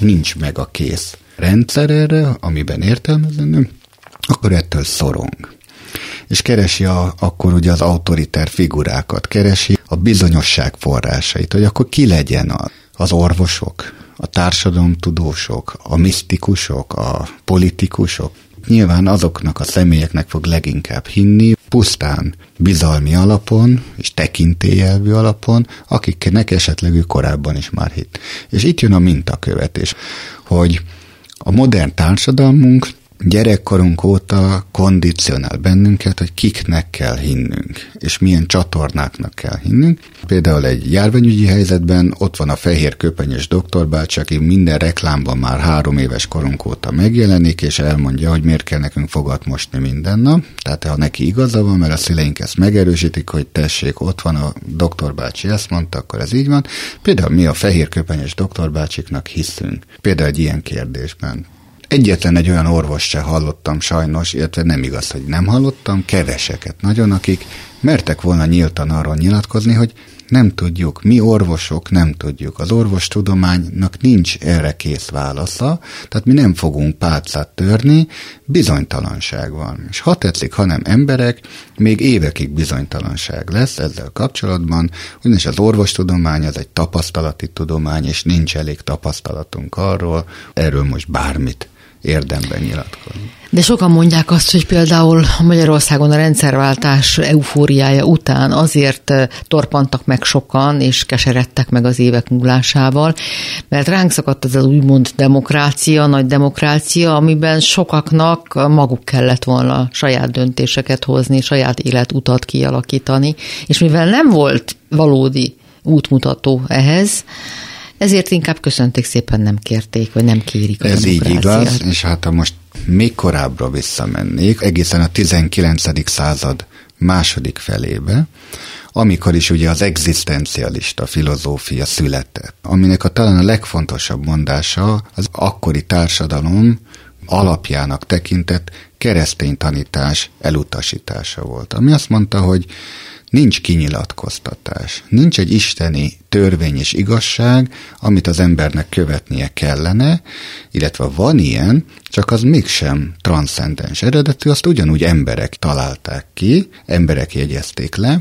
nincs meg a kész rendszer erre, amiben értelmezni, akkor ettől szorong. És keresi a, akkor ugye az autoriter figurákat, keresi a bizonyosság forrásait, hogy akkor ki legyen a, az orvosok, a társadalomtudósok, a misztikusok, a politikusok. Nyilván azoknak a személyeknek fog leginkább hinni, pusztán bizalmi alapon és tekintélyelvű alapon, akiknek esetleg ő korábban is már hitt. És itt jön a mintakövetés, hogy a modern társadalmunk gyerekkorunk óta kondicionál bennünket, hogy kiknek kell hinnünk, és milyen csatornáknak kell hinnünk. Például egy járványügyi helyzetben ott van a fehér köpenyes doktorbácsi, aki minden reklámban már három éves korunk óta megjelenik, és elmondja, hogy miért kell nekünk fogat mosni minden nap. Tehát ha neki igaza van, mert a szüleink ezt megerősítik, hogy tessék, ott van a doktorbácsi, ezt mondta, akkor ez így van. Például mi a fehér köpenyes doktorbácsiknak hiszünk. Például egy ilyen kérdésben. Egyetlen egy olyan orvos se hallottam sajnos, illetve nem igaz, hogy nem hallottam, keveseket nagyon, akik mertek volna nyíltan arról nyilatkozni, hogy nem tudjuk, mi orvosok nem tudjuk. Az orvostudománynak nincs erre kész válasza, tehát mi nem fogunk pálcát törni, bizonytalanság van. És ha tetszik, ha nem emberek, még évekig bizonytalanság lesz ezzel kapcsolatban, ugyanis az orvostudomány az egy tapasztalati tudomány, és nincs elég tapasztalatunk arról, erről most bármit érdemben nyilatkozni. De sokan mondják azt, hogy például Magyarországon a rendszerváltás eufóriája után azért torpantak meg sokan, és keseredtek meg az évek múlásával, mert ránk szakadt az az úgymond demokrácia, nagy demokrácia, amiben sokaknak maguk kellett volna saját döntéseket hozni, saját életutat kialakítani, és mivel nem volt valódi útmutató ehhez, ezért inkább köszönték szépen, nem kérték, vagy nem kérik a Ez így igaz, és hát ha most még korábbra visszamennék, egészen a tizenkilencedik század második felébe, amikor is ugye az egzisztencialista filozófia született, aminek a talán a legfontosabb mondása az akkori társadalom alapjának tekintett keresztény tanítás elutasítása volt, ami azt mondta, hogy nincs kinyilatkoztatás, nincs egy isteni törvény és igazság, amit az embernek követnie kellene, illetve van ilyen, csak az mégsem transzcendens eredetű, azt ugyanúgy emberek találták ki, emberek jegyezték le.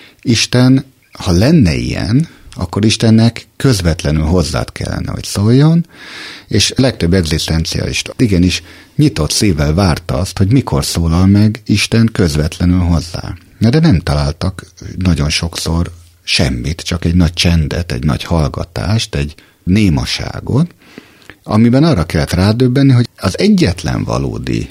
Isten, ha lenne ilyen, akkor Istennek közvetlenül hozzád kellene, hogy szóljon, és legtöbb egzisztencialista igenis nyitott szívvel várta azt, hogy mikor szólal meg Isten közvetlenül hozzá. De nem találtak nagyon sokszor semmit, csak egy nagy csendet, egy nagy hallgatást, egy némaságot, amiben arra kellett rádöbbenni, hogy az egyetlen valódi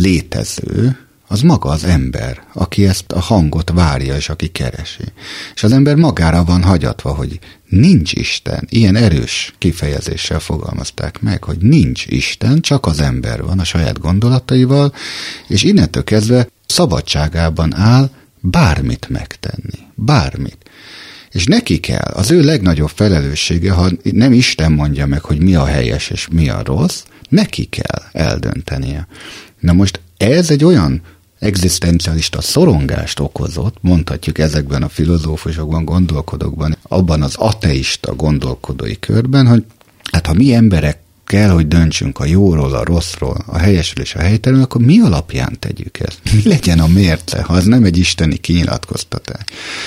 létező, az maga az ember, aki ezt a hangot várja, és aki keresi. És az ember magára van hagyatva, hogy nincs Isten. Ilyen erős kifejezéssel fogalmazták meg, hogy nincs Isten, csak az ember van a saját gondolataival, és innentől kezdve szabadságában áll bármit megtenni. Bármit. És neki kell, az ő legnagyobb felelőssége, ha nem Isten mondja meg, hogy mi a helyes és mi a rossz, neki kell eldöntenie. Na most ez egy olyan egzisztencialista szorongást okozott, mondhatjuk ezekben a filozófusokban, gondolkodókban, abban az ateista gondolkodói körben, hogy hát ha mi emberek kell, hogy döntsünk a jóról, a rosszról, a helyesről és a helytelenül, akkor mi alapján tegyük ezt? Mi legyen a mérce, ha az nem egy isteni kinyilatkoztatás?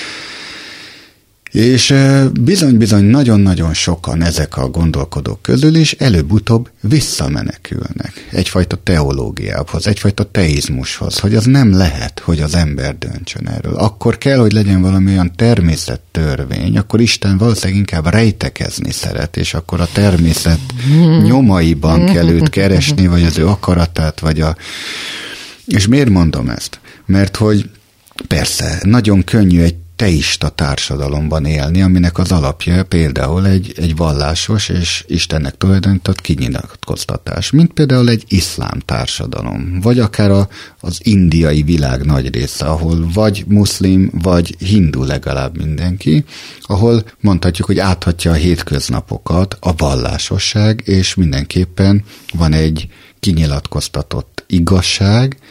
És bizony-bizony nagyon-nagyon sokan ezek a gondolkodók közül is előbb-utóbb visszamenekülnek egyfajta teológiához, egyfajta teizmushoz, hogy az nem lehet, hogy az ember döntsön erről. Akkor kell, hogy legyen valami olyan természettörvény, akkor Isten valószínűleg inkább rejtekezni szeret, és akkor a természet nyomaiban kell őt keresni, vagy az ő akaratát, vagy a... És miért mondom ezt? Mert hogy persze, nagyon könnyű egy teista társadalomban élni, aminek az alapja például egy, egy vallásos és Istennek tulajdonított kinyilatkoztatás, mint például egy iszlám társadalom, vagy akár a, az indiai világ nagy része, ahol vagy muszlim, vagy hindu legalább mindenki, ahol mondhatjuk, hogy áthatja a hétköznapokat a vallásosság, és mindenképpen van egy kinyilatkoztatott igazság,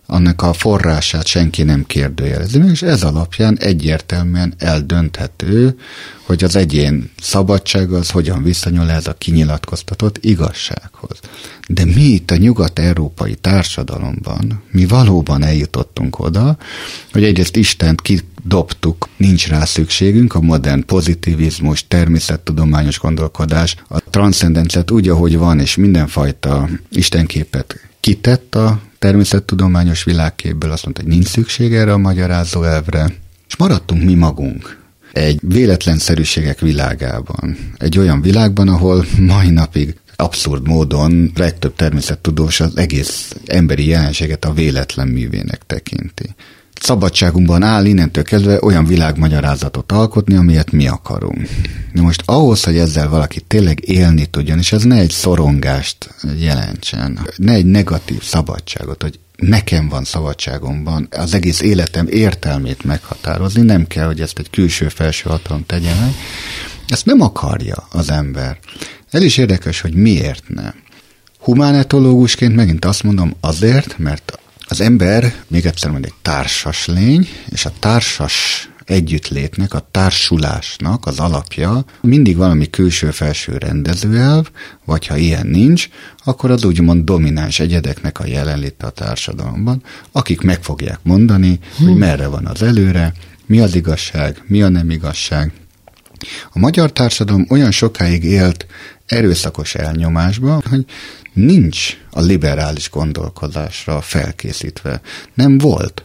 annak a forrását senki nem kérdőjelezi meg, és ez alapján egyértelműen eldönthető, hogy az egyén szabadsága az hogyan viszonyul ez a kinyilatkoztatott igazsághoz. De mi itt a nyugat-európai társadalomban, mi valóban eljutottunk oda, hogy egyrészt Istent kidobtuk, nincs rá szükségünk, a modern pozitivizmus, természettudományos gondolkodás, a transzcendenciát úgy, ahogy van, és mindenfajta istenképet kitett a természettudományos világképből, azt mondta, hogy nincs szükség erre a magyarázó elvre, és maradtunk mi magunk egy véletlenszerűségek világában. Egy olyan világban, ahol mai napig abszurd módon legtöbb természettudós az egész emberi jelenséget a véletlen művének tekinti. Szabadságunkban áll innentől kezdve olyan világmagyarázatot alkotni, amilyet mi akarunk. De most ahhoz, hogy ezzel valaki tényleg élni tudjon, és ez ne egy szorongást jelentsen, ne egy negatív szabadságot, hogy nekem van szabadságomban az egész életem értelmét meghatározni, nem kell, hogy ezt egy külső-felső hatalom tegye meg. Ezt nem akarja az ember. El is érdekes, hogy miért nem. Humánetológusként megint azt mondom azért, mert az ember, még egyszer mondjuk, egy társas lény, és a társas együttlétnek, a társulásnak az alapja mindig valami külső-felső rendezőelv, vagy ha ilyen nincs, akkor az úgymond domináns egyedeknek a jelenléte a társadalomban, akik meg fogják mondani, hmm. hogy merre van az előre, mi az igazság, mi a nem igazság. A magyar társadalom olyan sokáig élt erőszakos elnyomásba, hogy nincs a liberális gondolkodásra felkészítve. Nem volt.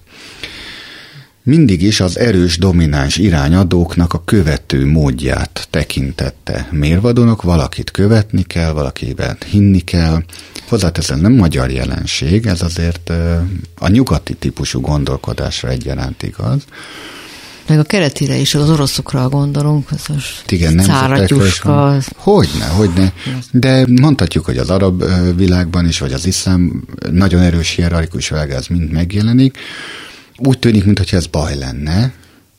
Mindig is az erős, domináns irányadóknak a követő módját tekintette mérvadónak, valakit követni kell, valakiben hinni kell. Hozzáteszem, nem magyar jelenség, ez azért a nyugati típusú gondolkodásra egyaránt igaz. Meg a keletire is, az oroszokra gondolunk, az most igen, Cáratyuska. Hogyne, hogyne. De mondhatjuk, hogy az arab világban is, vagy az iszlám nagyon erős hierarchikus világ, ez mind megjelenik. Úgy tűnik, mintha ez baj lenne.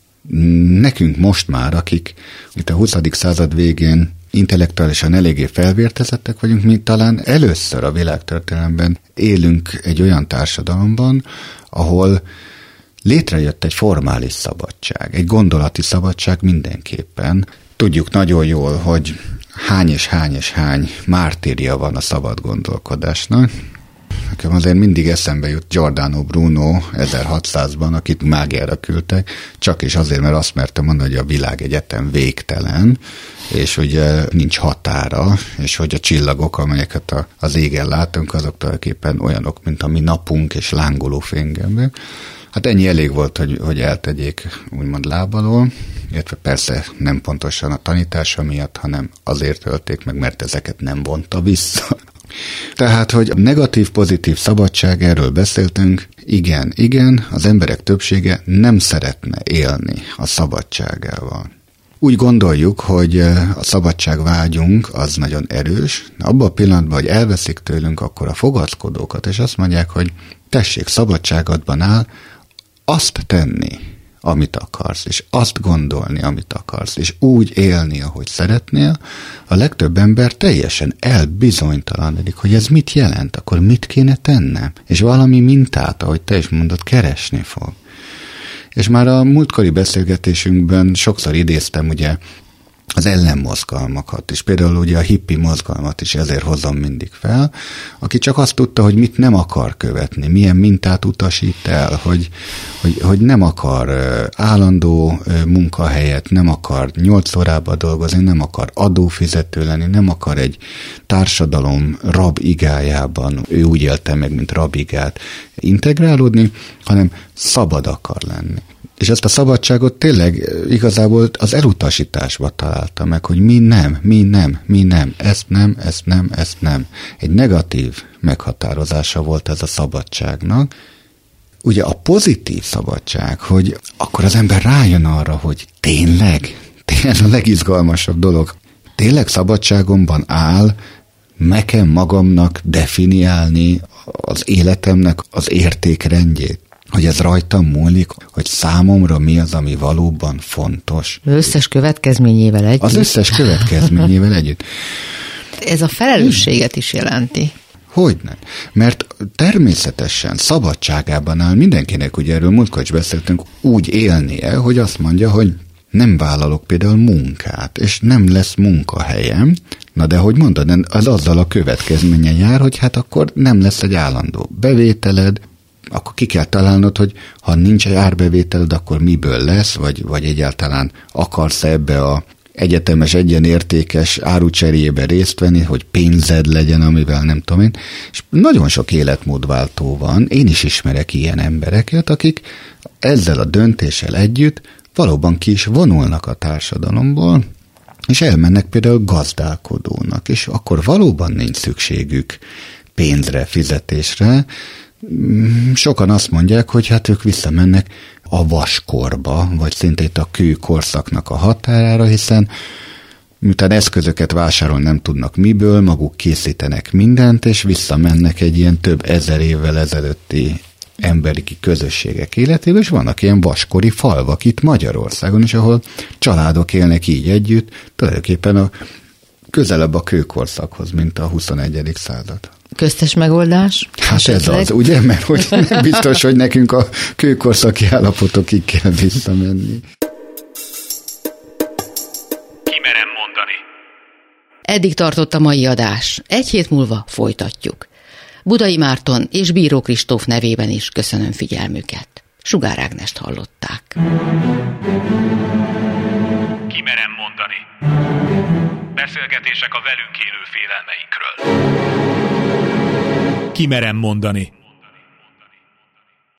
Nekünk most már, akik itt a huszadik század végén intellektuálisan eléggé felvértezettek vagyunk, mi talán először a világtörténelemben élünk egy olyan társadalomban, ahol létrejött egy formális szabadság, egy gondolati szabadság mindenképpen. Tudjuk nagyon jól, hogy hány és hány és hány mártírja van a szabad gondolkodásnak. Nekem azért mindig eszembe jut Giordano Bruno ezerhatszázban, akit mágiára küldtek, csak és azért, mert azt merte mondani, hogy a világegyetem végtelen, és ugye nincs határa, és hogy a csillagok, amelyeket a, az égen látunk, azok tulajdonképpen olyanok, mint a mi napunk és lángoló fénygembek. Hát ennyi elég volt, hogy, hogy eltegyék úgymond lábalól, illetve persze nem pontosan a tanítása miatt, hanem azért ölték meg, mert ezeket nem vonta vissza. Tehát, hogy negatív-pozitív szabadság, erről beszéltünk, igen, igen, az emberek többsége nem szeretne élni a szabadságával. Úgy gondoljuk, hogy a szabadságvágyunk az nagyon erős, abban a pillanatban, hogy elveszik tőlünk akkor a fogadkodókat, és azt mondják, hogy tessék, szabadságodban áll azt tenni, amit akarsz, és azt gondolni, amit akarsz, és úgy élni, ahogy szeretnél, a legtöbb ember teljesen elbizonytalanodik, hogy ez mit jelent, akkor mit kéne tennem, és valami mintát, ahogy te is mondod, keresni fog. És már a múltkori beszélgetésünkben sokszor idéztem ugye az ellenmozgalmakat, és például ugye a hippi mozgalmat is ezért hozom mindig fel, aki csak azt tudta, hogy mit nem akar követni, milyen mintát utasít el, hogy, hogy, hogy nem akar állandó munkahelyet, nem akar nyolc órába dolgozni, nem akar adófizető lenni, nem akar egy társadalom rabigájában, ő úgy élte meg, mint rabigát integrálódni, hanem szabad akar lenni. És ezt a szabadságot tényleg igazából az elutasításba találta meg, hogy mi nem, mi nem, mi nem, ezt nem, ezt nem, ezt nem. Egy negatív meghatározása volt ez a szabadságnak. Ugye a pozitív szabadság, hogy akkor az ember rájön arra, hogy tényleg, tényleg a legizgalmasabb dolog, tényleg szabadságomban áll nekem magamnak definiálni az életemnek az értékrendjét. Hogy ez rajtam múlik, hogy számomra mi az, ami valóban fontos. Az összes következményével együtt. Az összes következményével együtt. Ez a felelősséget is jelenti. Hogyne. Mert természetesen szabadságában áll mindenkinek, ugye erről múltkor is beszéltünk, úgy élnie, hogy azt mondja, hogy nem vállalok például munkát, és nem lesz munkahelyem. Na de hogy mondod, az azzal a következménye jár, hogy hát akkor nem lesz egy állandó bevételed, akkor ki kell találnod, hogy ha nincs egy árbevételed, akkor miből lesz, vagy, vagy egyáltalán akarsz ebbe a egyetemes, egyenértékes árucserébe részt venni, hogy pénzed legyen, amivel nem tudom én. És nagyon sok életmódváltó van, én is ismerek ilyen embereket, akik ezzel a döntéssel együtt valóban ki is vonulnak a társadalomból, és elmennek például gazdálkodónak, és akkor valóban nincs szükségük pénzre, fizetésre. Sokan azt mondják, hogy hát ők visszamennek a vaskorba, vagy szinte itt a kőkorszaknak a határára, hiszen miután eszközöket vásárolni nem tudnak miből, maguk készítenek mindent, és visszamennek egy ilyen több ezer évvel ezelőtti emberi közösségek életébe, és vannak ilyen vaskori falvak itt Magyarországon is, ahol családok élnek így együtt, tulajdonképpen a közelebb a kőkorszakhoz, mint a huszonegyedik század. Köztes megoldás? Hát esetleg? Ez az, ugye? Mert hogy nem biztos, hogy nekünk a kőkorszaki állapotokig kell visszamenni. Kimerem mondani. Eddig tartott a mai adás. Egy hét múlva folytatjuk. Budai Márton és Bíró Kristóf nevében is köszönöm figyelmüket. Sugár Ágnest hallották. Kimerem mondani. Beszélgetések a velünk élő félelmeinkről. Kimerem mondani.